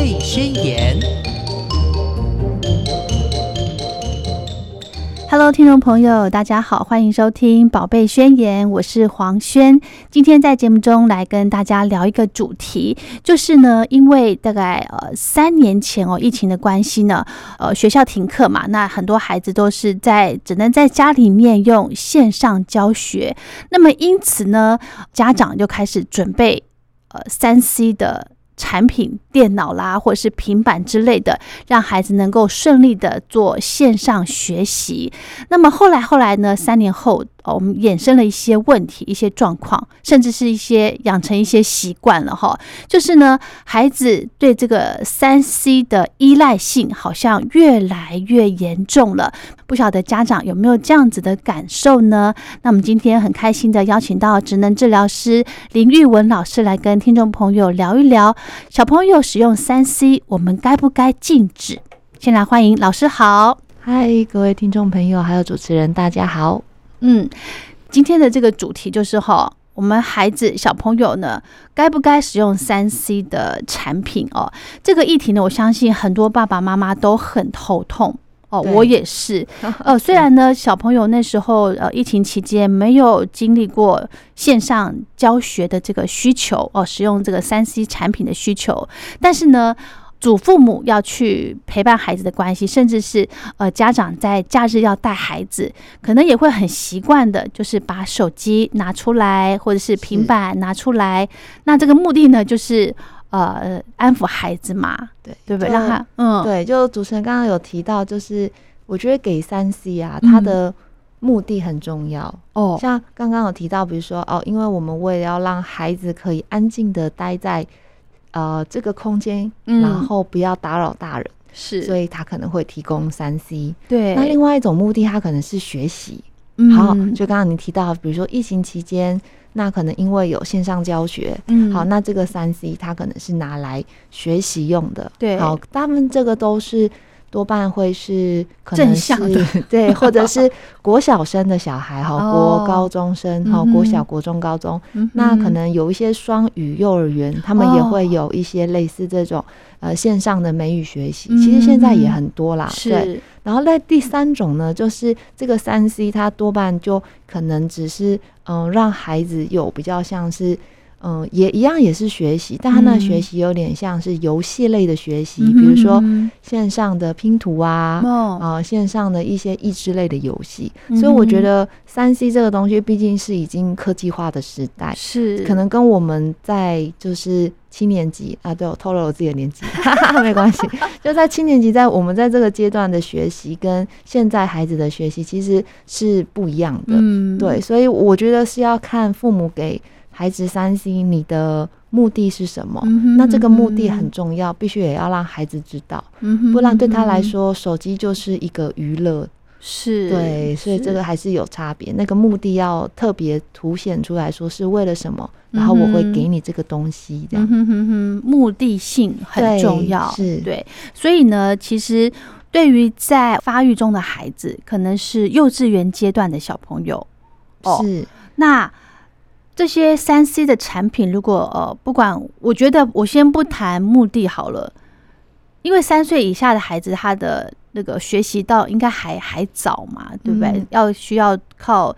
贝宣言》。 Hello， 听众朋友，大家好，欢迎收听《宝贝宣言》，我是黄轩。今天在节目中来跟大家聊一个主题，就是呢，因为大概3年前疫情的关系呢，学校停课嘛，那很多孩子都是只能在家里面用线上教学。那么因此呢，家长就开始准备3C 的产品，电脑啦，或者是平板之类的，让孩子能够顺利的做线上学习。那么后来呢，3年后，我们衍生了一些问题、一些状况，甚至是养成一些习惯了哈。就是呢，孩子对这个3C 的依赖性好像越来越严重了。不晓得家长有没有这样子的感受呢？那我们今天很开心的邀请到职能治疗师林玉文老师来跟听众朋友聊一聊，小朋友使用3C， 我们该不该禁止？先来欢迎老师好。 嗨，各位听众朋友，还有主持人，大家好。 今天的这个主题就是我们孩子小朋友呢，该不该使用3C 的产品哦？这个议题呢，我相信很多爸爸妈妈都很头痛哦，我也是。虽然呢，小朋友那时候疫情期间没有经历过线上教学的这个需求哦，使用这个3C 产品的需求，但是呢，祖父母要去陪伴孩子的关系，甚至是家长在假日要带孩子，可能也会很习惯的，就是把手机拿出来，或者是平板拿出来。那这个目的呢，就是安抚孩子嘛，对不对？让他对，就主持人刚刚有提到，就是我觉得给3C 啊，它的目的很重要哦。像刚刚有提到，比如说因为我们为了要让孩子可以安静的待在这个空间，然后不要打扰大人， 是， 所以他可能会提供3C。 对， 那另外一种目的，他可能是学习。好，就刚刚你提到，比如说疫情期间，那可能因为有线上教学，好，那这个3C 它可能是拿来学习用的。对，好，他们这个都是多半会是可能是正向的，对，或者是国小生的小孩，国高中生，国小、国中、高中，那可能有一些双语幼儿园，他们也会有一些类似这种线上的美语学习，其实现在也很多啦，对。然后在第3种呢，就是这个3C 它多半就可能只是让孩子有比较像是也一样也是学习，但他那学习有点像是游戏类的学习，比如说线上的拼图啊，线上的一些益智类的游戏。所以我觉得3C 这个东西毕竟是已经科技化的时代，是可能跟我们在就是7年级啊，对，我透露了我自己的年纪没关系，就在7年级，在我们在这个阶段的学习跟现在孩子的学习其实是不一样的。对，所以我觉得是要看父母给孩子3C 你的目的是什么，那这个目的很重要，必须也要让孩子知道，不然对他来说手机就是一个娱乐，是，对，所以这个还是有差别，那个目的要特别凸显出来说是为了什么，然后我会给你这个东西，这样目的性很重要，是，对，所以呢，其实对于在发育中的孩子，可能是幼稚园阶段的小朋友，是，那这些3C 的产品，如果不管，我觉得我先不谈目的好了，因为3岁以下的孩子，他的那个学习到应该还早嘛，对不对？需要靠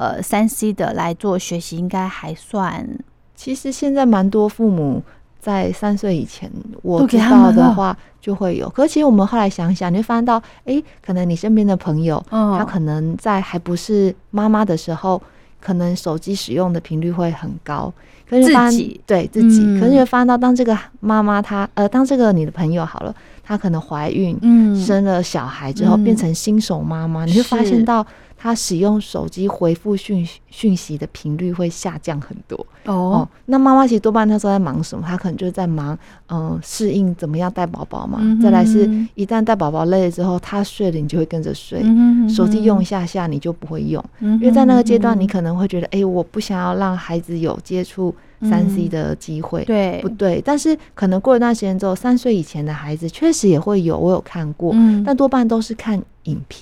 3C 的来做学习，应该还算。 其实现在蛮多父母在3岁以前，我知道的话就会有。可是其实我们后来想想，你会发现到，可能你身边的朋友，他可能在还不是妈妈的时候，可能手机使用的频率会很高，可是自己，可是你会发现到，当这个妈妈当这个你的朋友好了，她可能怀孕，生了小孩之后，变成新手妈妈，你会发现到她使用手机回复讯息的频率会下降很多。那妈妈其实多半那时候在忙什么？她可能就是在忙适应怎么样带宝宝嘛。再来是一旦带宝宝累了之后，她睡了你就会跟着睡，手机用一下下你就不会用，因为在那个阶段你可能会觉得我不想要让孩子有接触3C 的机会，对不对？但是可能过一段时间之后，3岁以前的孩子确实也会有，我有看过，但多半都是看影片。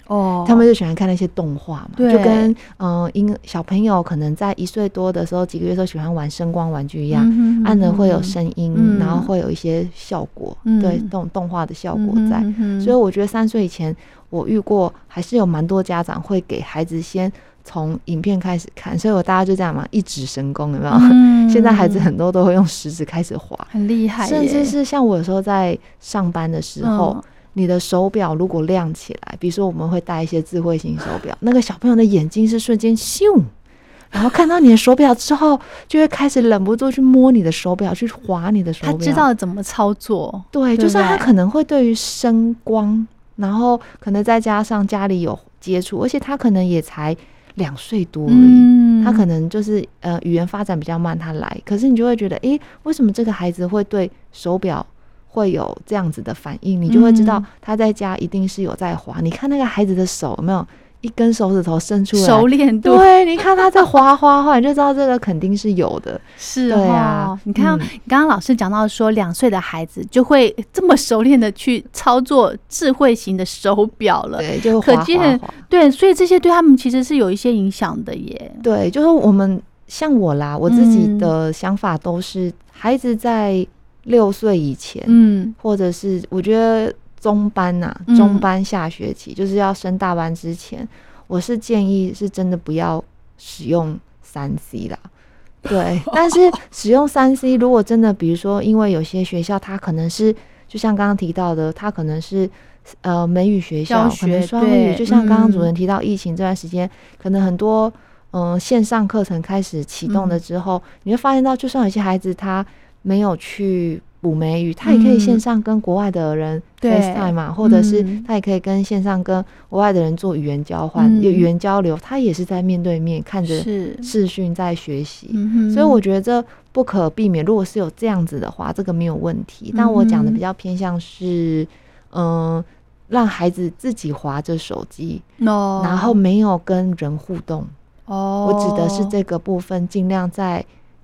他们就喜欢看那些动画嘛，就跟小朋友可能在1岁多的时候几个月的时候喜欢玩声光玩具一样，按了会有声音，然后会有一些效果，对，这种动画的效果在，所以我觉得3岁以前我遇过还是有蛮多家长会给孩子先从影片开始看，所以大家就这样嘛，一指神功，有没有？现在孩子很多都会用食指开始滑， 很厉害耶。 甚至是像我有时候在上班的时候，你的手表如果亮起来，比如说我们会戴一些智慧型手表，那个小朋友的眼睛是瞬间咻，然后看到你的手表之后，就会开始忍不住去摸你的手表，去滑你的手表。 他知道怎么操作， 对，就是他可能会对于声光，然后可能再加上家里有接触，而且他可能也才2岁多而已，他可能就是语言发展比较慢，他来，可是你就会觉得，为什么这个孩子会对手表会有这样子的反应？你就会知道他在家一定是有在滑。你看那个孩子的手有没有一根手指头伸出来， 熟练度， 对，你看他在滑，你就知道这个肯定是有的。 是对啊，你看你刚刚老师讲到说2岁的孩子就会这么熟练的去操作智慧型的手表了， 对，就可见对，所以这些对他们其实是有一些影响的耶。 对，就是我们像我啦，我自己的想法都是孩子在6岁以前，或者是我觉得中班中班下学期，就是要升大班之前，我是建议是真的不要使用3C 啦。对，但是使用3C 如果真的比如说因为有些学校它可能是就像刚刚提到的，它可能是美语学校，可能双语，就像刚刚主任提到疫情这段时间，可能很多线上课程开始启动了之后，你会发现到就算有些孩子他没有去补美语，他也可以线上跟国外的人 FaceTime 嘛，或者是他也可以跟线上跟国外的人做语言交换、语言交流，他也是在面对面看着视讯在学习，所以我觉得这不可避免。如果是有这样子的话，这个没有问题。但我讲的比较偏向是让孩子自己滑着手机，然后没有跟人互动。我指的是这个部分，尽量在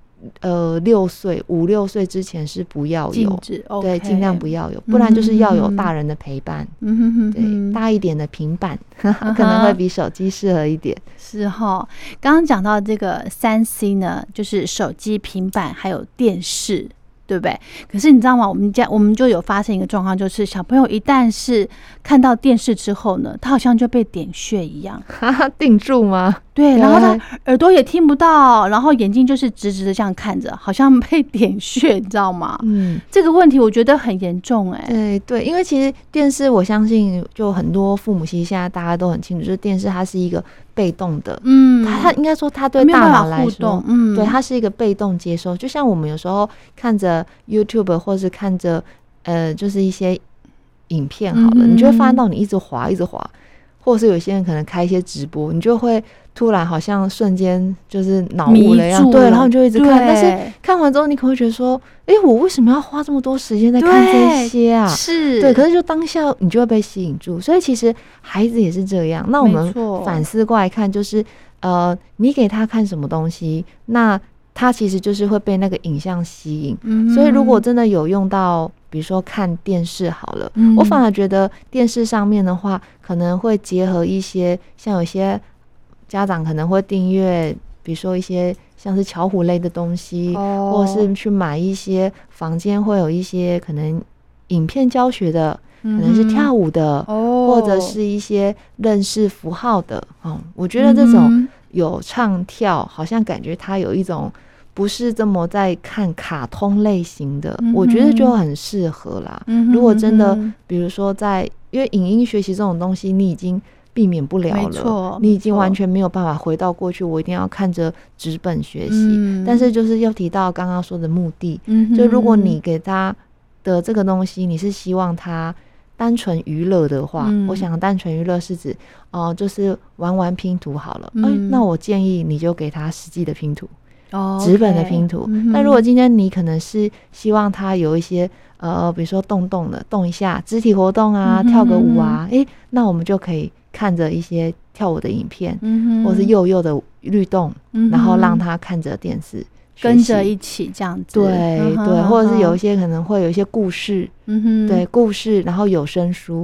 5、6岁之前是不要有，对，尽量不要有，不然就是要有大人的陪伴，对，大一点的平板可能会比手机适合一点。 是齁，刚刚讲到这个3C 呢，就是手机、平板还有电视，对不对？可是你知道吗？我们就有发生一个状况，就是小朋友一旦是看到电视之后呢，他好像就被点穴一样， 定住吗？ 对，然后他耳朵也听不到，然后眼睛就是直直的这样看着，好像被点穴，你知道吗？这个问题我觉得很严重对，因为其实电视我相信就很多父母其实现在大家都很清楚，就是电视它是一个被动的，它应该说它对大脑来说，对，它是一个被动接收，就像我们有时候看着 YouTube 或是看着就是一些影片好了，你就会发现到你一直滑，或者是有些人可能开一些直播，你就会突然好像瞬间就是脑雾了一样，对，然后你就一直看，但是看完之后你可能会觉得说，我为什么要花这么多时间在看这些啊？是，对，可是就当下你就会被吸引住，所以其实孩子也是这样。那我们反思过来看，就是你给他看什么东西，那他其实就是会被那个影像吸引，所以如果真的有用到比如说看电视好了，我反而觉得电视上面的话可能会结合一些像有些家长可能会订阅比如说一些像是巧虎类的东西，或者是去买一些房间会有一些可能影片教学的，可能是跳舞的，或者是一些认识符号的，我觉得这种有唱跳好像感觉它有一种不是这么在看卡通类型的，我觉得就很适合啦。如果真的比如说因为影音学习这种东西你已经避免不了了，你已经完全没有办法回到过去我一定要看着纸本学习，但是就是要提到刚刚说的目的，就如果你给他的这个东西你是希望他单纯娱乐的话，我想单纯娱乐是指就是玩拼图好了，那我建议你就给他实际的拼图，纸本的拼图。但如果今天你可能是希望他有一些比如说动一下肢体活动啊，跳个舞啊，那我们就可以看着一些跳舞的影片，或是幼的律动，然后让他看着电视跟着一起这样子， 对，或者是有一些可能会有一些故事，对，故事，然后有声书，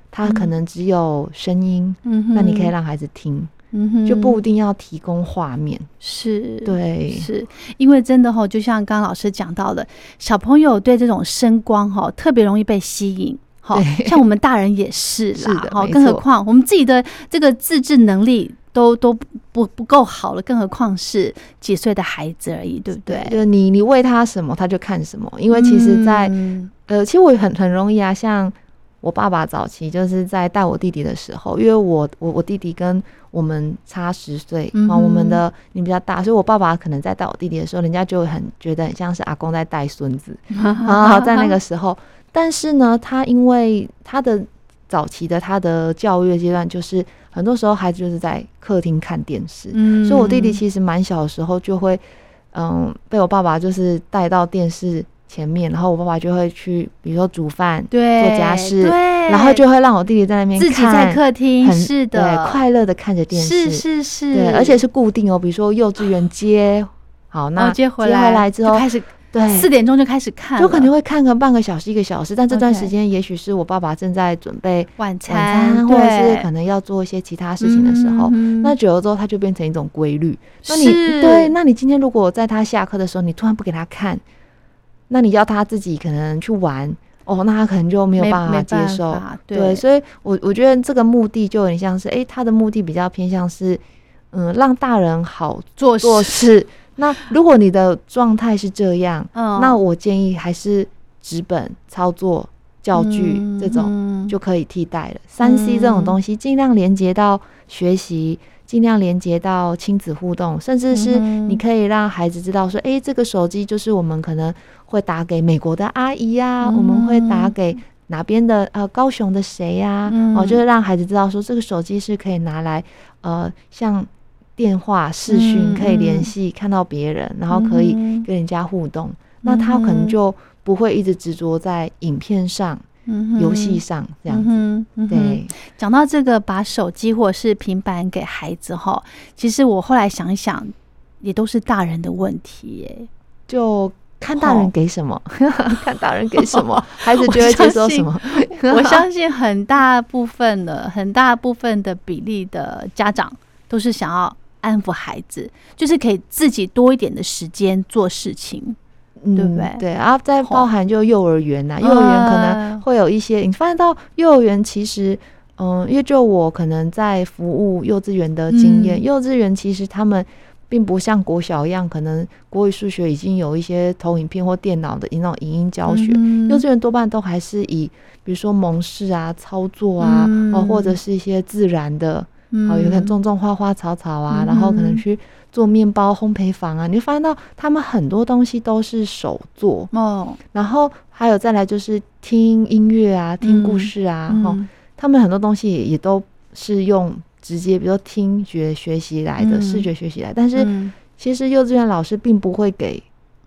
它可能只有声音，那你可以让孩子听，就不一定要提供画面。 是， 对， 是因为真的就像刚刚老师讲到的，小朋友对这种声光特别容易被吸引。像我们大人也是啦，更何况我们自己的这个自制能力都不够好了，更何况是几岁的孩子而已，对不对？ 就你喂他什么，他就看什么。因为其实在，其实我很容易啊，像我爸爸早期就是在带我弟弟的时候，因为我弟弟跟我们差10岁，我们的年比较大，所以我爸爸可能在带我弟弟的时候，人家就觉得很像是阿公在带孙子在那个时候。但是呢，他因为他的早期的他的教育阶段，就是很多时候孩子就是在客厅看电视，所以我弟弟其实蛮小的时候就会，被我爸爸就是带到电视前面，然后我爸爸就会去，比如说煮饭、做家事，然后就会让我弟弟在那边看， 自己在客厅，是的， 对，快乐的看着电视， 是， 对，而且是固定比如说幼稚园接好，那接回来之后就开始。 对 ，4点钟就开始看了， 就可能会看个半个小时、1个小时，但这段时间也许是我爸爸正在准备晚餐， 或者是可能要做一些其他事情的时候，那久了之后，它就变成一种规律。那你今天如果在他下课的时候，你突然不给他看，那你要他自己可能去玩，那他可能就没有办法接受。对，所以我觉得这个目的就有点像是，他的目的比较偏向是，让大人好做事。那如果你的状态是这样，那我建议还是纸本操作教具这种就可以替代了。3C 这种东西尽量连接到学习，尽量连接到亲子互动，甚至是你可以让孩子知道说，这个手机就是我们可能会打给美国的阿姨啊，我们会打给哪边的高雄的谁啊，就是让孩子知道说这个手机是可以拿来像电话视讯可以联系，看到别人，然后可以跟人家互动，那他可能就不会一直执着在影片上、游戏上这样子。对， 讲到这个把手机或者是平板给孩子其实我后来想一想，也都是大人的问题耶， 就看大人给什么，看大人给什么，孩子就会接受什么。 我相信很大部分的比例的家长都是想要安抚孩子，就是可以自己多一点的时间做事情，对不对？ 对，然后再包含就幼儿园幼儿园可能会有一些，你发现到幼儿园其实，因为就我可能在服务幼稚园的经验，幼稚园其实他们并不像国小一样，可能国语、数学已经有一些投影片或电脑的那种影音教学，幼稚园多半都还是以比如说蒙氏啊、操作啊，或者是一些自然的。有可能种花花草草啊，然后可能去做面包烘焙坊啊，你会发现到他们很多东西都是手做然后还有再来就是听音乐啊、听故事啊，他们很多东西也都是用直接比如说听觉学习来的、视觉学习来，但是其实幼稚园老师并不会给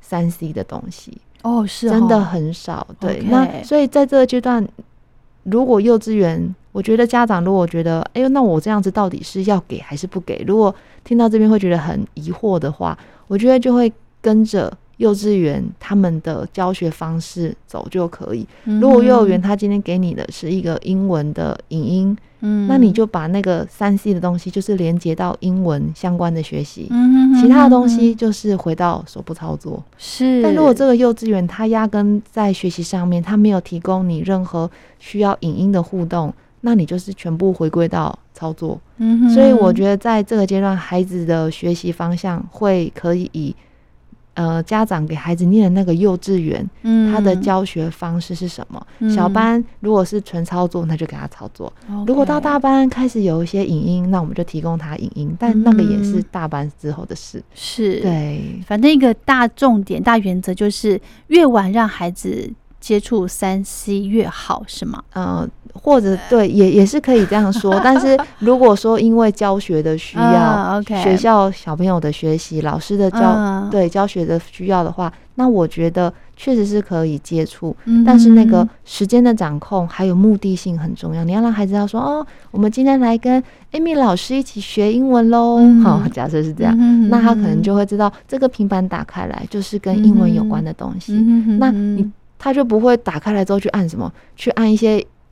3C 的东西是真的很少。对，那所以在这个阶段，如果幼稚园我觉得家长如果觉得那我这样子到底是要给还是不给，如果听到这边会觉得很疑惑的话，我觉得就会跟着幼稚园他们的教学方式走就可以。如果幼儿园他今天给你的是一个英文的影音，那你就把那个3C 的东西就是连接到英文相关的学习，其他的东西就是回到手部操作。 是， 但如果这个幼稚园他压根在学习上面他没有提供你任何需要影音的互动，那你就是全部回归到操作。所以我觉得在这个阶段，孩子的学习方向会可以以家长给孩子念的那个幼稚园，他的教学方式是什么？小班如果是纯操作，那就给他操作；如果到大班开始有一些影音，那我们就提供他影音，但那个也是大班之后的事。 是， 对， 反正一个大重点、大原则就是越晚让孩子接触3C 越好，是吗？ 或者对，也是可以这样说。但是如果说因为教学的需要，学校小朋友的学习、老师的教学的需要的话，那我觉得确实是可以接触。但是那个时间的掌控还有目的性很重要。你要让孩子要说我们今天来跟 Amy 老师一起学英文咯。假设是这样，那他可能就会知道这个平板打开来就是跟英文有关的东西。那他就不会打开来之后去按什么，去按一些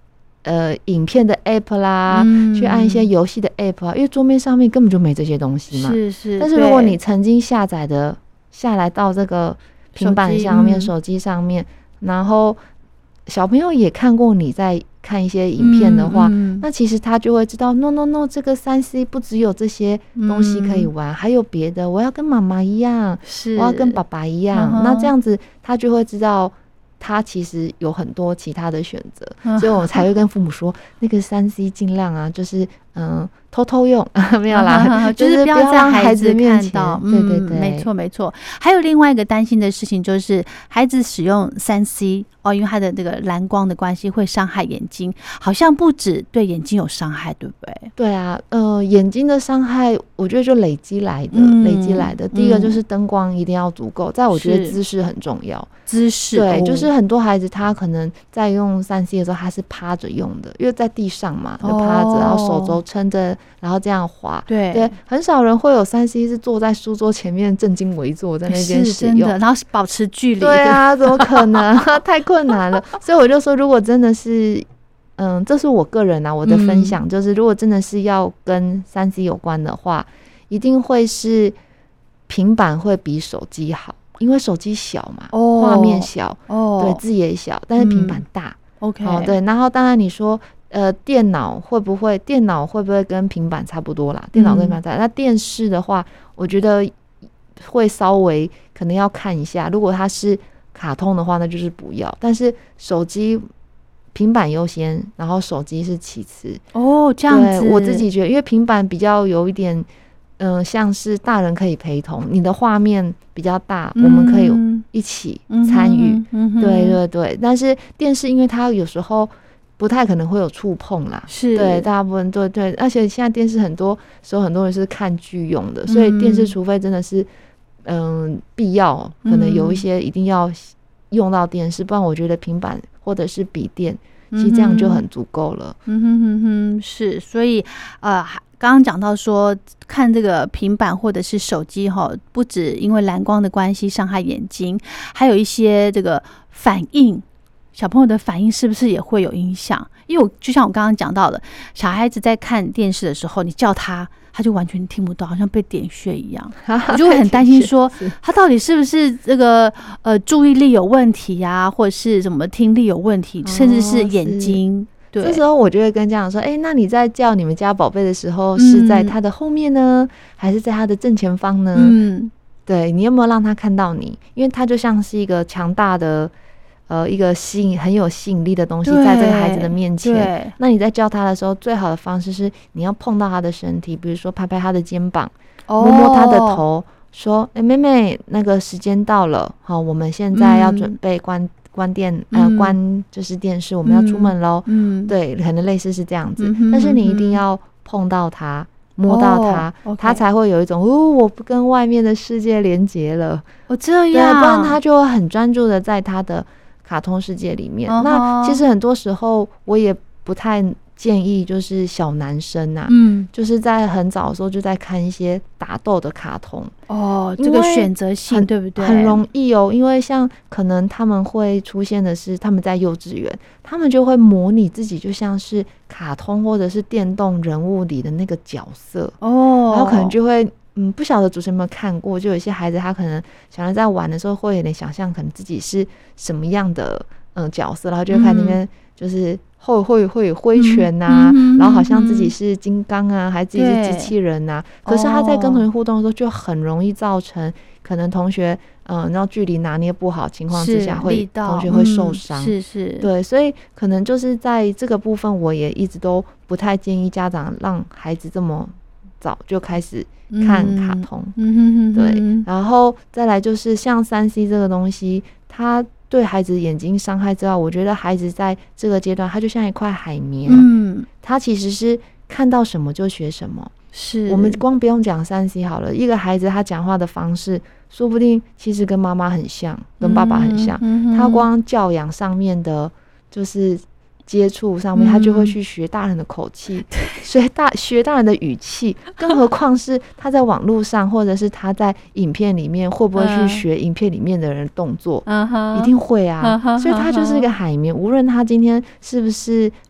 影片的 app 啦，去按一些游戏的 app 啊，因为桌面上面根本就没这些东西嘛。 是。 但是如果你曾经下载的下来到这个平板上面、手机上面，然后小朋友也看过你在看一些影片的话，那其实他就会知道 no， 这个3C 不只有这些东西可以玩，还有别的。我要跟妈妈一样，我要跟爸爸一样。那这样子他就会知道他其实有很多其他的选择，所以我才会跟父母说，那个3C 尽量啊，就是偷偷用，没有啦， 就是不要在孩子面前看到。 对， 没错。还有另外一个担心的事情就是孩子使用3C因为它的这个蓝光的关系会伤害眼睛，好像不止对眼睛有伤害，对不对？ 对啊，眼睛的伤害我觉得就累积来的。第一个就是灯光一定要足够，再我觉得姿势很重要。 姿势对，就是很多孩子他可能在用3C 的时候他是趴着用的，因为在地上嘛，就趴着，然后手肘撑着，然后这样滑。对，很少人会有3C 是坐在书桌前面正襟危坐在那边使用， 真的，然后保持距离。 对啊，怎么可能？太困难了。所以我就说，如果真的是这是我个人我的分享，就是如果真的是要跟3C 有关的话，一定会是平板会比手机好，因为手机小嘛，画面小，对，字也小，但是平板大。 OK， 对，然后当然你说电脑会不会跟平板差不多啦？电脑跟平板差，那电视的话，我觉得会稍微可能要看一下，如果它是卡通的话，那就是不要。但是手机平板优先，然后手机是其次。 这样子。 对，我自己觉得，因为平板比较有一点，像是大人可以陪同，你的画面比较大，我们可以一起参与。对。但是电视，因为它有时候不太可能会有触碰啦，对，大部分对，而且现在电视很多时候很多人是看剧用的，所以电视除非真的是必要，可能有一些一定要用到电视，不然我觉得平板或者是笔电，其实这样就很足够了。 是，所以刚刚讲到说看这个平板或者是手机不止因为蓝光的关系伤害眼睛，还有一些这个反应，小朋友的反应是不是也会有影响？因为就像我刚刚讲到的，小孩子在看电视的时候，你叫他就完全听不到，好像被点穴一样。我就会很担心说他到底是不是这个注意力有问题啊，或者是什么听力有问题，甚至是眼睛。对， 这时候我就会跟家长说，那你在叫你们家宝贝的时候，是在他的后面呢，还是在他的正前方呢？对，你有没有让他看到你？因为他就像是一个强大的一个很有吸引力的东西在这个孩子的面前。那你在教他的时候，最好的方式是你要碰到他的身体，比如说拍拍他的肩膀，摸摸他的头，说妹妹，那个时间到了，好，我们现在要准备关电关就是电视，我们要出门咯。对，可能类似是这样子。但是你一定要碰到他，摸到他，他才会有一种我跟外面的世界连结了。 这样， 对，不然他就会很专注的在他的卡通世界里面。那其实很多时候我也不太建议就是小男生就是在很早的时候就在看一些打斗的卡通。 这个选择性对不对？ 很容易因为像可能他们会出现的是他们在幼稚园，他们就会模拟自己就像是卡通或者是电动人物里的那个角色。然后可能就会不晓得主持人有没有看过，就有一些孩子他可能小孩在玩的时候会有点想象可能自己是什么样的角色，然后就会看那边就是会挥拳然后好像自己是金刚还自己是机器人可是他在跟同学互动的时候就很容易造成可能同学然后距离拿捏不好情况之下同学会受伤。对，所以可能就是在这个部分我也一直都不太建议家长让孩子这么早就开始看卡通。对，然后再来就是像3C 这个东西，它对孩子眼睛伤害之外，我觉得孩子在这个阶段他就像一块海绵，他其实是看到什么就学什么。我们光不用讲3C 好了，一个孩子他讲话的方式说不定其实跟妈妈很像，跟爸爸很像，他光教养上面的就是接触上面，他就会去学大人的口气，学大人的语气，更何况是他在网络上或者是他在影片里面会不会去学影片里面的人的动作？一定会所以他就是一个海绵，无论他今天是不是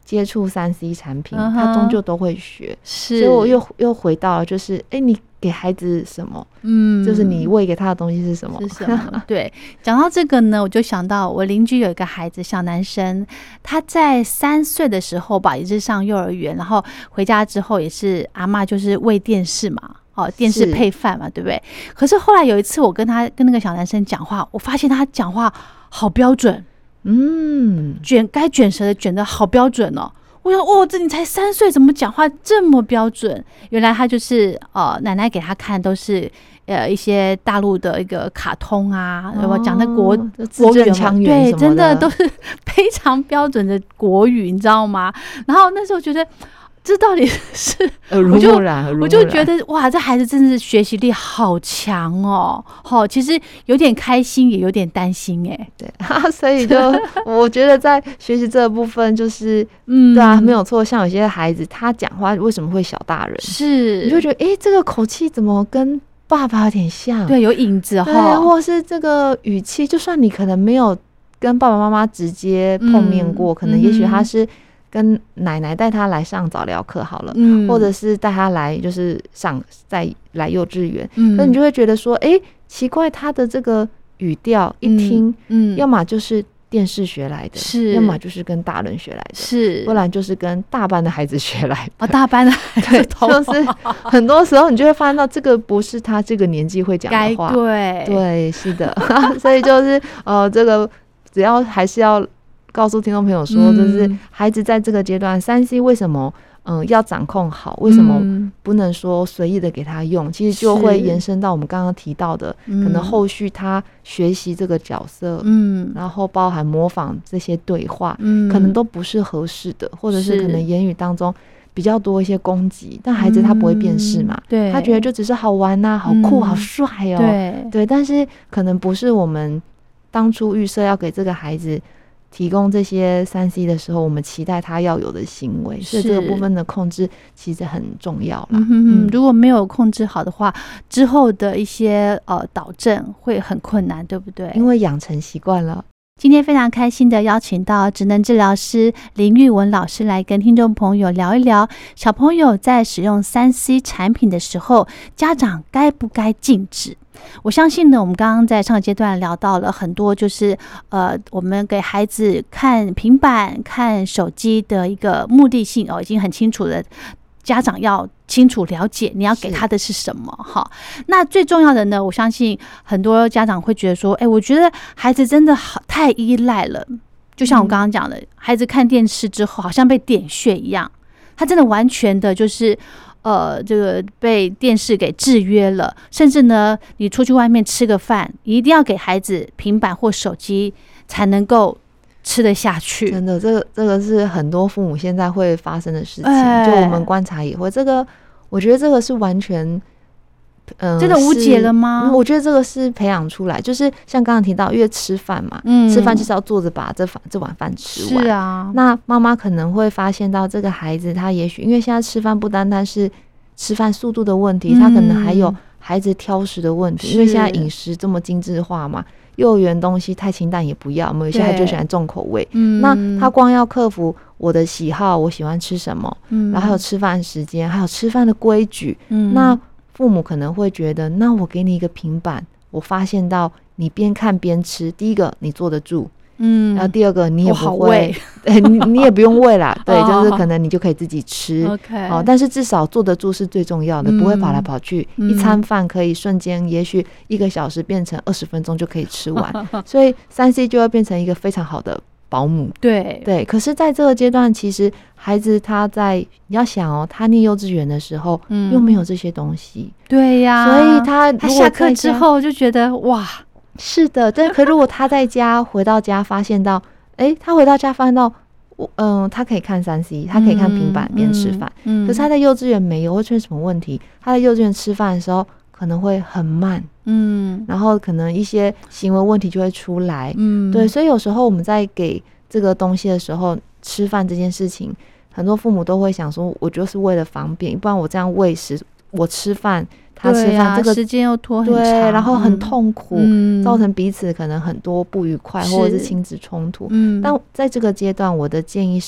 接触3C 产品，他终究都会学。 是， 所以我又回到了，就是你给孩子什么，就是你喂给他的东西是什么？ 是什么？对，讲到这个呢，我就想到我邻居有一个孩子，小男生，他在3岁的时候吧，也是上幼儿园，然后回家之后也是阿嬷就是喂电视嘛。电视配饭嘛，对不对？可是后来有一次，我跟那个小男生讲话，我发现他讲话好标准，该卷舌的卷得好标准哦。我想，这你才3岁，怎么讲话这么标准？原来他就是奶奶给他看都是一些大陆的一个卡通啊，讲的国语腔圆，对，真的都是非常标准的国语，你知道吗？然后那时候觉得。这到底是我就觉得哇，这孩子真的是学习力好强哦！其实有点开心，也有点担心对所以就我觉得在学习这个部分，就是对啊，没有错。像有些孩子他讲话为什么会小大人， 是你就觉得这个口气怎么跟爸爸有点像？ 对，有影子对，或是这个语气，就算你可能没有跟爸爸妈妈直接碰面过，可能也许他是。跟奶奶带他来上早疗课好了，或者是带他来就是再来幼稚园，那你就会觉得说，奇怪，他的这个语调一听，要么就是电视学来的，是，要么就是跟大人学来的，是，不然就是跟大班的孩子学来的。 大班的孩子就是很多时候你就会发现到这个不是他这个年纪会讲的话，对，是的，所以就是这个只要还是要。告诉听众朋友说，就是孩子在这个阶段3C 为什么要掌控好，为什么不能说随意的给他用，其实就会延伸到我们刚刚提到的，可能后续他学习这个角色，然后包含模仿这些对话，可能都不是合适的，或者是可能言语当中比较多一些攻击，但孩子他不会辨识嘛，对，他觉得就只是好玩啊，好酷，好帅哦，对，但是可能不是我们当初预设要给这个孩子提供这些3C 的时候，我们期待他要有的行为，所以这个部分的控制其实很重要啦。 如果没有控制好的话，之后的一些导正会很困难，对不对？ 因为养成习惯了。 今天非常开心的邀请到职能治疗师林玉文老师来跟听众朋友聊一聊，小朋友在使用3C 产品的时候，家长该不该禁止？我相信呢，我们刚刚在上个阶段聊到了很多，就是我们给孩子看平板、看手机的一个目的性已经很清楚了。家长要清楚了解你要给他的是什么哈。那最重要的呢，我相信很多家长会觉得说，我觉得孩子真的太依赖了。就像我刚刚讲的，孩子看电视之后好像被点穴一样，他真的完全的就是这个被电视给制约了。甚至呢，你出去外面吃个饭，你一定要给孩子平板或手机才能够吃得下去。 真的，这个是很多父母现在会发生的事情，就我们观察也会。这个我觉得这个是完全真的无解了吗？ 我觉得这个是培养出来，就是像刚刚提到，因为吃饭嘛，吃饭就是要坐着把这碗饭吃完。 是啊， 那妈妈可能会发现到这个孩子，他也许因为现在吃饭不单单是吃饭速度的问题，他可能还有孩子挑食的问题，因为现在饮食这么精致化嘛。幼儿园东西太清淡也不要，我们有些孩子就喜欢重口味。那他光要克服我的喜好，我喜欢吃什么，然后还有吃饭时间，还有吃饭的规矩。那父母可能会觉得，那我给你一个平板，我发现到你边看边吃，第一个你坐得住，然后第二个你也不会，你也不用喂啦，对，就是可能你就可以自己吃，但是至少坐得住是最重要的，不会跑来跑去，一餐饭可以瞬间也许1个小时变成20分钟就可以吃完，所以3C 就会变成一个非常好的保姆。对，可是在这个阶段，其实孩子他你要想他念幼稚园的时候，又没有这些东西， 对呀， 所以他如果下课之后就觉得哇。 是的，但可如果他在家回到家发现到，他回到家发现到，他可以看3C， 他可以看平板边吃饭，可是他在幼稚园没有，会出现什么问题？他在幼稚园吃饭的时候可能会很慢，然后可能一些行为问题就会出来，对，所以有时候我们在给这个东西的时候，吃饭这件事情，很多父母都会想说，我就是为了方便，不然我这样喂食，我吃饭。他吃饭这个时间又拖很长， 对，然后很痛苦，造成彼此可能很多不愉快或者是亲子冲突。但在这个阶段，我的建议是，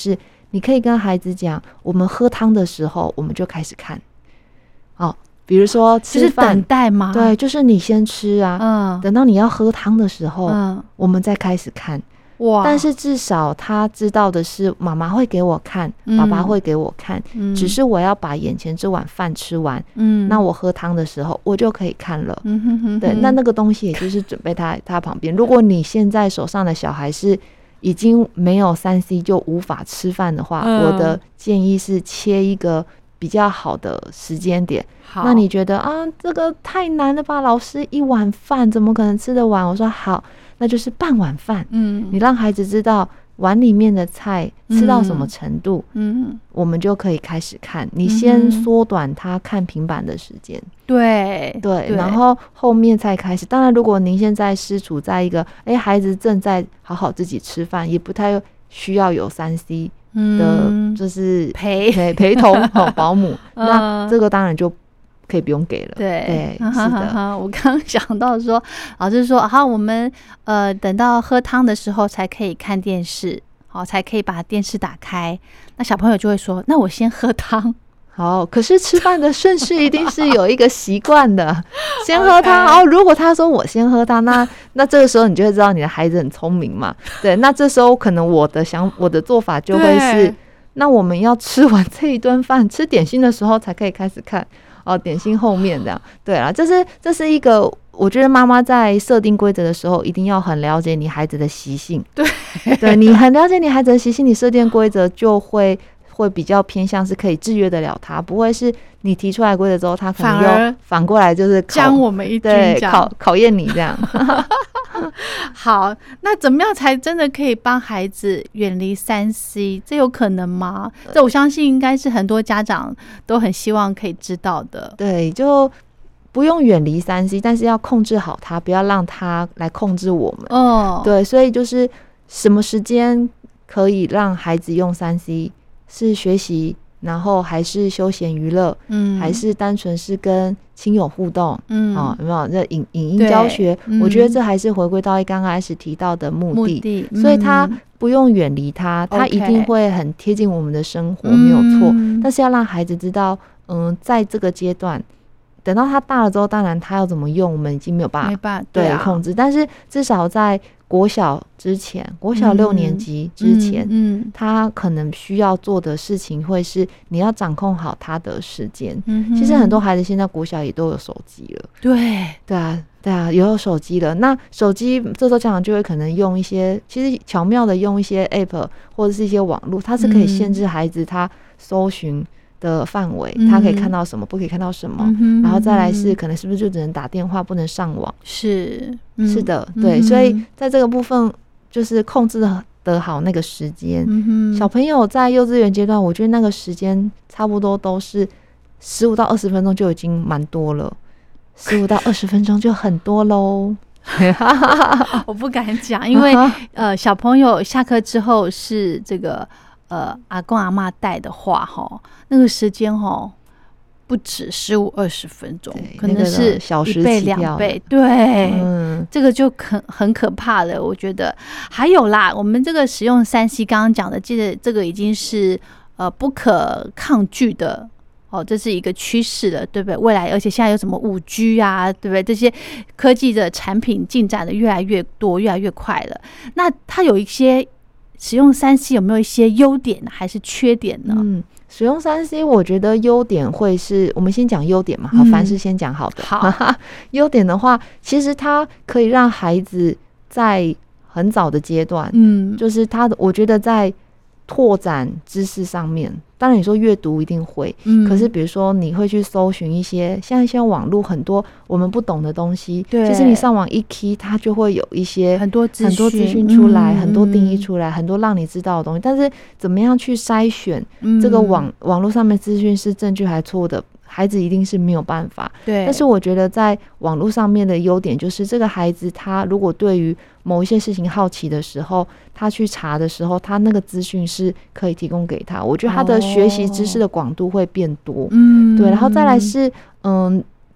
你可以跟孩子讲，我们喝汤的时候我们就开始看，比如说吃饭就是等待吗？ 对，就是你先吃啊，等到你要喝汤的时候，我们再开始看。哇！但是至少他知道的是，妈妈会给我看，爸爸会给我看，只是我要把眼前这碗饭吃完，那我喝汤的时候我就可以看了。对，那个东西也就是准备他旁边。如果你现在手上的小孩是已经没有3C 就无法吃饭的话，我的建议是切一个比较好的时间点。那你觉得这个太难了吧，老师1碗饭怎么可能吃得完？我说好，那就是半碗饭。你让孩子知道碗里面的菜吃到什么程度，我们就可以开始看。你先缩短他看平板的时间，对，然后后面再开始。当然，如果您现在是处在一个孩子正在好好自己吃饭，也不太需要有3C 的，就是陪同保姆，那这个当然就可以不用给了。对，是的。 我刚刚想到说，老师说好，我们等到喝汤的时候才可以看电视，才可以把电视打开。那小朋友就会说，那我先喝汤。 好，可是吃饭的顺序一定是有一个习惯的，先喝汤。如果他说我先喝汤，那这个时候你就会知道你的孩子很聪明嘛。对，那这时候可能我的做法就会是，那我们要吃完这一顿饭，吃点心的时候才可以开始看。点心后面这样。对啦，这是一个，我觉得妈妈在设定规则的时候，一定要很了解你孩子的习性。对，你很了解你孩子的习性，你设定规则就会比较偏向是可以制约得了他，不会是你提出来规则之后，他可能又反过来就是将我们一军， 考验你这样。 好，那怎么样才真的可以帮孩子远离3C？ 这有可能吗？这我相信应该是很多家长都很希望可以知道的。 对，就不用远离3C， 但是要控制好它，不要让它来控制我们。对，所以就是什么时间可以让孩子用3C， 是学习，然后还是休闲娱乐，还是单纯是跟亲友互动，有没有这影音教学？我觉得这还是回归到刚开始提到的目的，所以他不用远离他，他一定会很贴近我们的生活，没有错。但是要让孩子知道，在这个阶段，等到他大了之后，当然他要怎么用，我们已经没有办法控制。但是至少在国小之前，国小6年级之前，他可能需要做的事情会是你要掌控好他的时间。其实很多孩子现在国小也都有手机了，对啊，也有手机了。那手机这时候家长就会可能用一些，其实巧妙的用一些 app 或者是一些网络，它是可以限制孩子他搜寻的范围，他可以看到什么，不可以看到什么，然后再来是可能是不是就只能打电话，不能上网。是的，对，所以在这个部分就是控制得好那个时间。小朋友在幼稚园阶段，我觉得那个时间差不多都是15到20分钟就已经蛮多了，15到20分钟就很多咯。 我不敢讲，因为小朋友下课之后是这个阿公阿嬷带的话，那个时间不止15-20分钟，可能是1倍2倍。对，这个就很可怕了。我觉得还有啦，我们这个使用3C，刚刚讲的，记得这个已经是不可抗拒的。这是一个趋势了，对不对？未来，而且现在有什么5G 啊，对不对？这些科技的产品进展的越来越多，越来越快了。那它有一些使用3C有没有一些优点还是缺点呢？ 使用3C，我觉得优点会是，我们先讲优点嘛，好，凡事先讲好的。好，优点的话，其实它可以让孩子在很早的阶段，就是我觉得在拓展知识上面，当然你说阅读一定会，可是比如说你会去搜寻一些，现在网络很多我们不懂的东西，其实你上网一 key， 它就会有一些很多资讯出来，很多定义出来，很多让你知道的东西。但是怎么样去筛选这个网络上面资讯是正确还错的，孩子一定是没有办法。对，但是我觉得在网络上面的优点就是这个孩子他如果对于某一些事情好奇的时候，他去查的时候，他那个资讯是可以提供给他，我觉得他的学习知识的广度会变多。对，然后再来是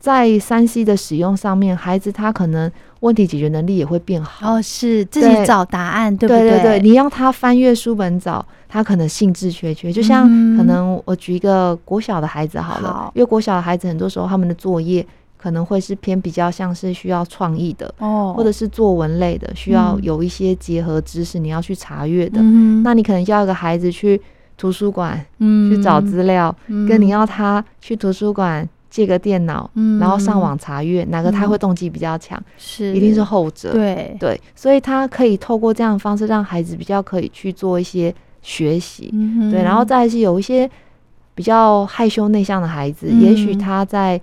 在3C 的使用上面，孩子他可能问题解决能力也会变好。 是自己找答案，对不对？ 对对对，你要他翻阅书本找，他可能兴致缺缺。就像可能我举一个国小的孩子好了，因为国小的孩子很多时候他们的作业可能会是偏比较像是需要创意的，或者是作文类的，需要有一些结合知识你要去查阅的。那你可能要一个孩子去图书馆去找资料，跟你要他去图书馆借个电脑，然后上网查阅，哪个他会动机比较强？一定是后者。对，所以他可以透过这样的方式让孩子比较可以去做一些学习。对，然后再来是有一些比较害羞内向的孩子，也许他在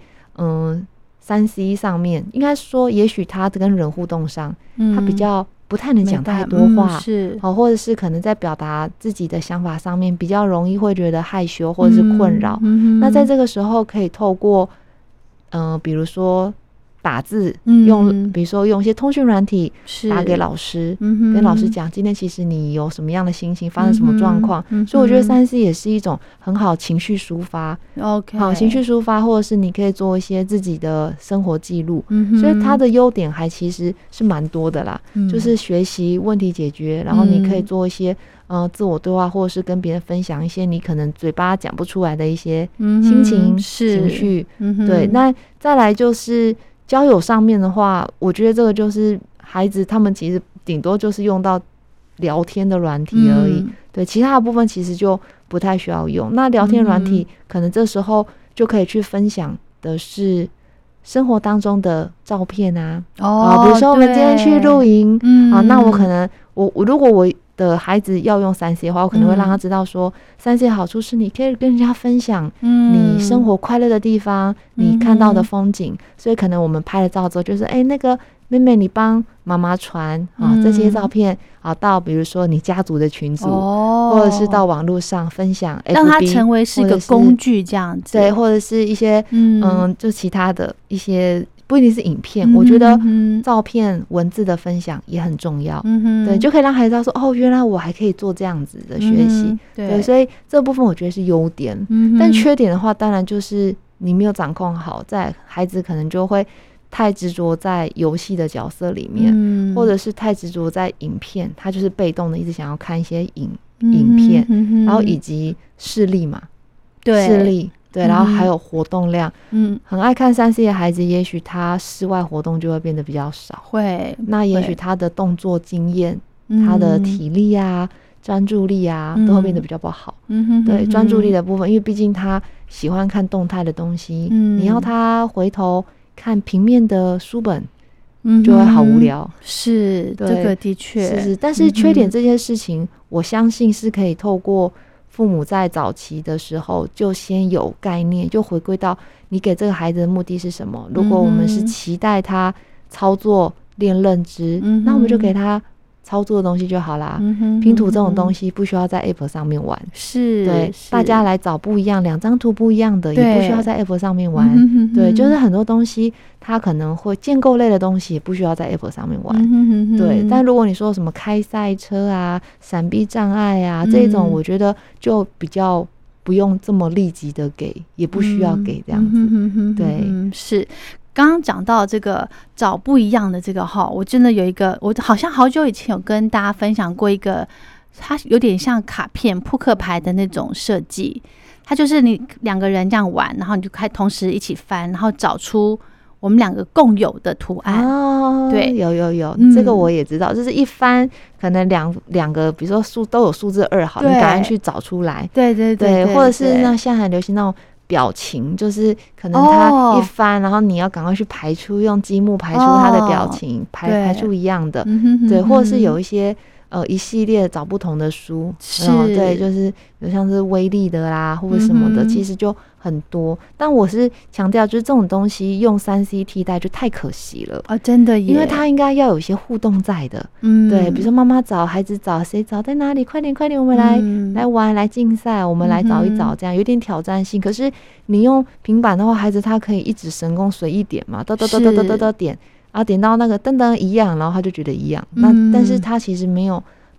3C 上面，应该说也许他跟人互动上，他比较不太能讲太多话，或者是可能在表达自己的想法上面比较容易会觉得害羞或者是困扰。那在这个时候可以透过比如说打字，比如说用一些通讯软体打给老师，跟老师讲今天其实你有什么样的心情，发生什么状况。所以我觉得3C 也是一种很好情绪抒发。好，情绪抒发，或者是你可以做一些自己的生活记录。所以它的优点还其实是蛮多的啦，就是学习问题解决，然后你可以做一些自我对话，或者是跟别人分享一些你可能嘴巴讲不出来的一些心情、情绪。对，那再来就是交友上面的话，我觉得这个就是孩子他们其实顶多就是用到聊天的软体而已。对，其他的部分其实就不太需要用。那聊天软体可能这时候就可以去分享的是生活当中的照片啊，比如说我们今天去露营，那我可能如果我的孩子要用3C 的话，我可能会让他知道说3C 的好处是你可以跟人家分享你生活快乐的地方，你看到的风景。所以可能我们拍了照之后就是那个妹妹你帮妈妈传这些照片到比如说你家族的群组，或者是到网络上分享 FB， 让它成为是一个工具这样子。 对，或者是一些就其他的一些不一定是影片，我觉得照片文字的分享也很重要。对，就可以让孩子知道说原来我还可以做这样子的学习。对，所以这部分我觉得是优点。但缺点的话当然就是你没有掌控好，在孩子可能就会太执着在游戏的角色里面，或者是太执着在影片，他就是被动的一直想要看一些影片，然后以及视力嘛，视力。对，然后还有活动量，很爱看3C 的孩子，也许他室外活动就会变得比较少，那也许他的动作经验，他的体力啊、专注力啊，都会变得比较不好。对，专注力的部分，因为毕竟他喜欢看动态的东西，你要他回头看平面的书本，就会好无聊。 是，这个的确是，但是缺点这件事情，我相信是可以透过父母在早期的时候就先有概念，就回归到你给这个孩子的目的是什么。如果我们是期待他操作练认知，那我们就给他操作的东西就好啦。拼图这种东西不需要在 App 上面玩，对，大家来找不一样，2张图不一样的也不需要在 App 上面玩。对，就是很多东西它可能会建构类的东西也不需要在 App 上面玩。对，但如果你说什么开赛车啊、闪避障碍啊这种，我觉得就比较不用这么立即的给，也不需要给这样子。对， 是。刚刚讲到这个找不一样的这个我真的有一个，我好像好久以前有跟大家分享过一个，它有点像卡片扑克牌的那种设计，它就是你2个人这样玩，然后你就同时一起翻，然后找出我们2个共有的图案。对， 有，这个我也知道，就是一翻可能两个比如说都有数字2，好，你赶快去找出来。对，或者是那现在很流行那种表情，就是可能他一翻，然后你要赶快去排出，用积木排出他的表情，排出一样的。对，或者是有一些一系列找不同的书，对，就是有像是威力的啦或者什么的，其实就很多。但我是强调，就是这种东西用3C 替代就太可惜了真的耶， 因为它应该要有一些互动在的。对，比如说妈妈找，孩子找，谁找在哪里，快点，我们来玩，来竞赛，我们来找一找，这样有点挑战性。可是你用平板的话，孩子他可以一指神功，随意点嘛，点，然后点到那个噔噔一样，然后他就觉得一样。但是他其实没有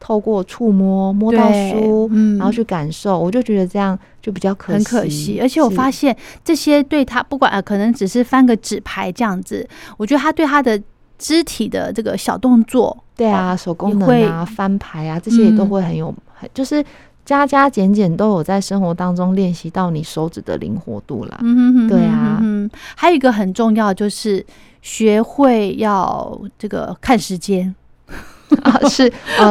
透过触摸到书，然后去感受，我就觉得这样就比较可惜， 很可惜。而且我发现这些对他不管可能只是翻个纸牌这样子，我觉得他对他的肢体的这个小动作， 对啊，手功能啊，翻牌啊，这些也都会很有，就是加加减减都有在生活当中练习到你手指的灵活度啦。对啊， 还有一个很重要就是学会要这个看时间。 是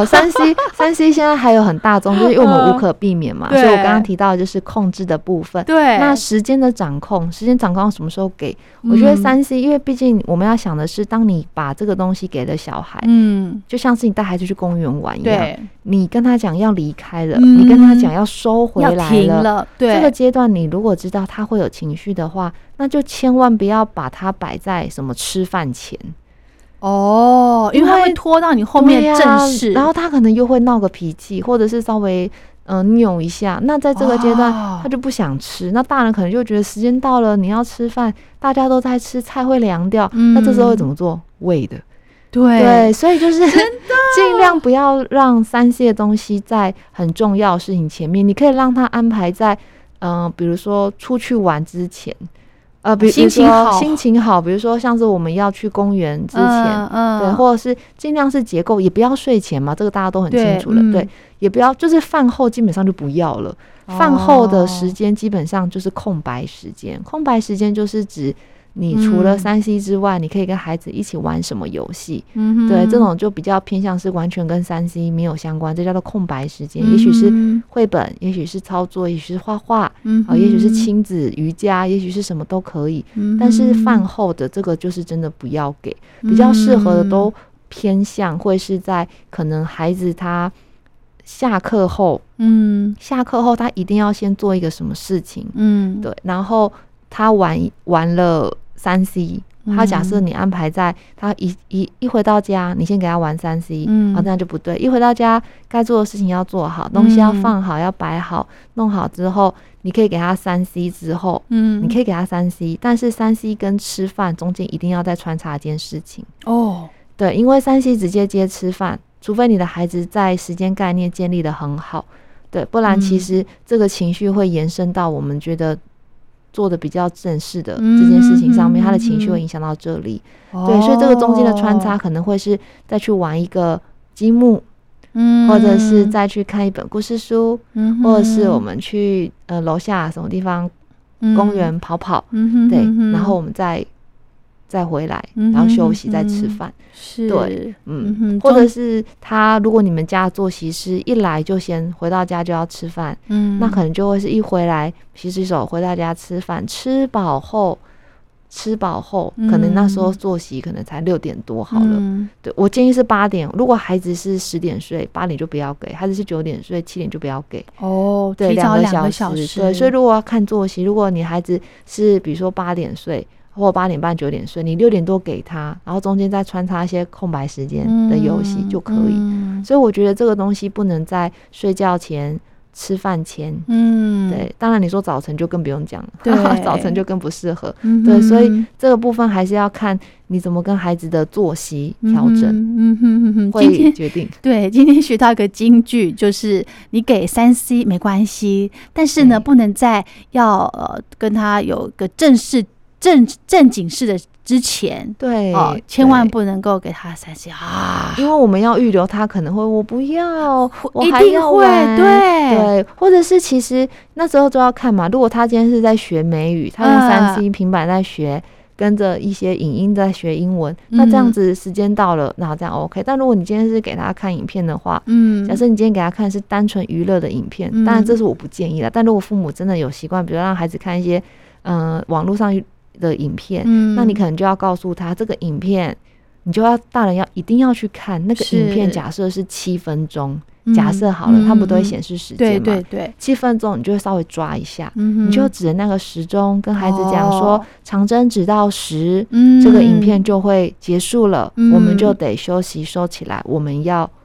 3C 现在还有很大众，就是因为我们无可避免嘛，所以我刚刚提到的就是控制的部分。 对， 那时间掌控什么时候给？我觉得3C，因为毕竟我们要想的是，当你把这个东西给了小孩，就像是你带孩子去公园玩一样，你跟他讲要离开了，你跟他讲要收回来了， 要停了。对， 这个阶段你如果知道他会有情绪的话，那就千万不要把它摆在什么吃饭前。 因为他会拖到你后面正事， 然后他可能又会闹个脾气，或者是稍微扭一下。那在这个阶段，他就不想吃。那大人可能就觉得时间到了，你要吃饭，大家都在吃，菜会凉掉。那这时候会怎么做？喂的。对，所以就是尽量不要让3C 的东西在很重要的事情前面。你可以让他安排在比如说出去玩之前。比如说心情好，比如说像是我们要去公园之前，对，或者是尽量是结构，也不要睡前嘛，这个大家都很清楚了，对，也不要就是饭后基本上就不要了，饭后的时间基本上就是空白时间，空白时间就是指你除了3C 之外，你可以跟孩子一起玩什么游戏，对，这种就比较偏向是完全跟3C 没有相关，这叫做空白时间，也许是绘本，也许是操作，也许是画画，也许是亲子瑜伽，也许是什么都可以，但是饭后的这个就是真的不要给，比较适合的都偏向会是在可能孩子他下课后他一定要先做一个什么事情，对，然后他玩了3C，他假设你安排在他一回到家，你先给他玩3C，这样就不对。一回到家，该做的事情要做好，东西要放好，要摆好，弄好之后，你可以给他3C之后，你可以给他3C，但是3C 跟吃饭中间一定要再穿插一件事情对，因为3C 直接接吃饭，除非你的孩子在时间概念建立得很好，对，不然其实这个情绪会延伸到我们觉得做的比较正式的这件事情上面，他的情绪会影响到这里，对，所以这个中间的穿插可能会是再去玩一个积木，或者是再去看一本故事书，或者是我们去楼下什么地方公园跑跑，对，然后我们再回来，然后休息，再吃饭，对，或者是如果你们家的作息是一来就先回到家就要吃饭，那可能就会是一回来洗洗手，回到家吃饭，吃饱后，可能那时候作息可能才6点多好了，对，我建议是8点，如果孩子是10点睡，8点就不要给，孩子是9点睡，7点就不要给，对，2个小时，对，所以如果要看作息，如果你孩子是比如说8点睡，或8点半9点睡，你6点多给他，然后中间再穿插一些空白时间的游戏就可以，所以我觉得这个东西不能在睡觉前吃饭前，对，当然你说早晨就更不用讲了，早晨就更不适合，对，所以这个部分还是要看你怎么跟孩子的作息调整，会决定。 对，今天学到一个金句，就是你给3C 没关系，但是呢，不能在要跟他有个正经事的之前， 对， 千万不能够给他3C 因为我们要预留他可能会我不要，我还一定会， 对，或者是其实那时候就要看嘛，如果他今天是在学美语，他用3C 平板在学，跟着一些影音在学英文，那这样子时间到了，那这样 OK。但如果你今天是给他看影片的话，假设你今天给他看是单纯娱乐的影片，当然这是我不建议的。但如果父母真的有习惯，比如让孩子看一些网络上的影片，那你可能就要告诉他，这个影片你就要大人一定要去看那个影片，假设是7分钟。假设好了，它不都会显示时间嘛？7分钟，你就会稍微抓一下，你就指着那个时钟跟孩子讲说，长针指到10，这个影片就会结束了，我们就得休息收起来，我们要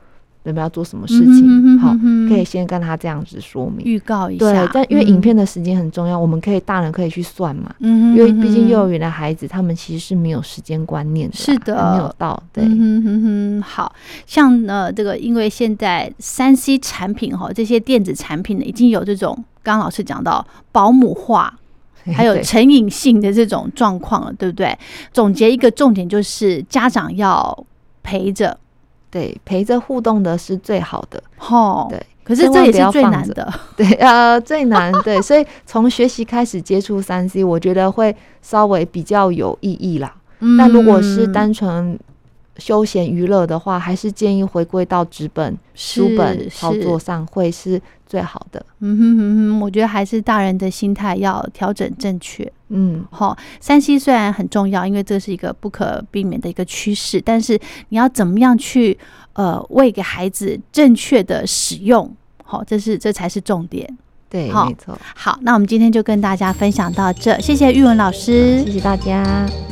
准备要做什么事情，好，可以先跟他这样子说明， 预告一下。 对，但因为影片的时间很重要，我们大人可以去算嘛，因为毕竟幼儿园的孩子他们其实是没有时间观念的， 是的， 还没有到。对， 好像这个因为现在3C 产品这些电子产品呢，已经有这种刚刚老师讲到保姆化。还有成瘾性的这种状况了，对不对？总结一个重点就是家长要陪着， 对，陪着互动的是最好的。对， 可是这也是最难的。 对，最难。对，所以从学习开始接触3C， 我觉得会稍微比较有意义啦。但如果是单纯休闲娱乐的话，还是建议回归到纸本、书本操作上会是最好的。 我觉得还是大人的心态要调整正确。3C 虽然很重要，因为这是一个不可避免的一个趋势，但是你要怎么样去喂给孩子正确的使用，这才是重点。 对，没错。 好，那我们今天就跟大家分享到这，谢谢玉文老师， 谢谢大家。